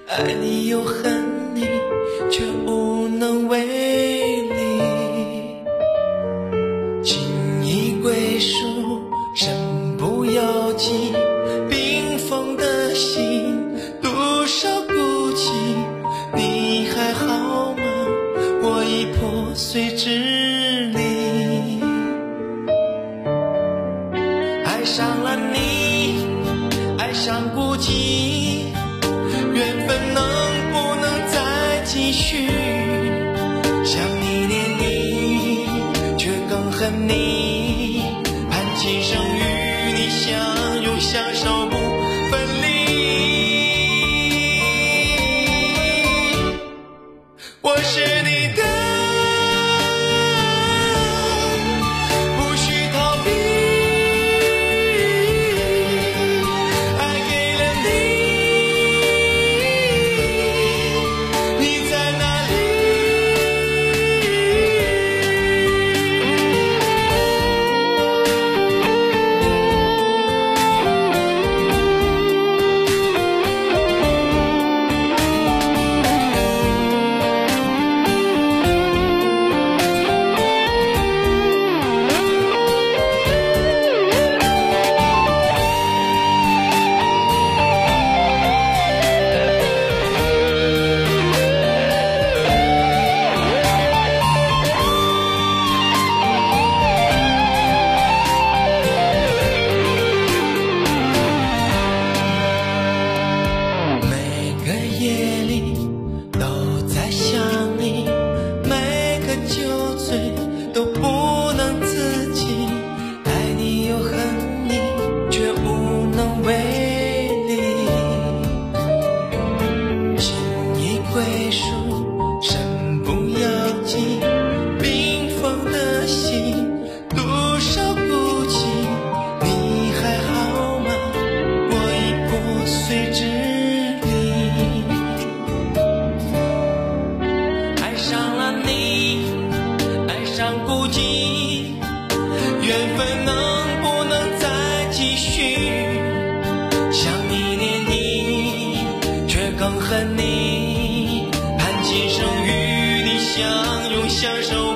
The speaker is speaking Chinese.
爱你又恨你，却无能为力。情已归属，身不由己，冰封的心，多少孤寂。你还好吗？我已破碎支离。爱上了你，爱上孤寂，缘分能不能再继续？想你念你，却更恨你，盼今生与你相拥相守不分离。我是你的，不需逃避，爱给了你，你在哪里？夜里都在想你，每个酒醉都不能自己，爱你又恨你，却无能为力。情已归属，身不由己，冰封的心，多少孤寂。你还好吗？我已破碎支孤寂，缘分能不能再继续？想你念你，却更恨你，盼今生与你相拥相守。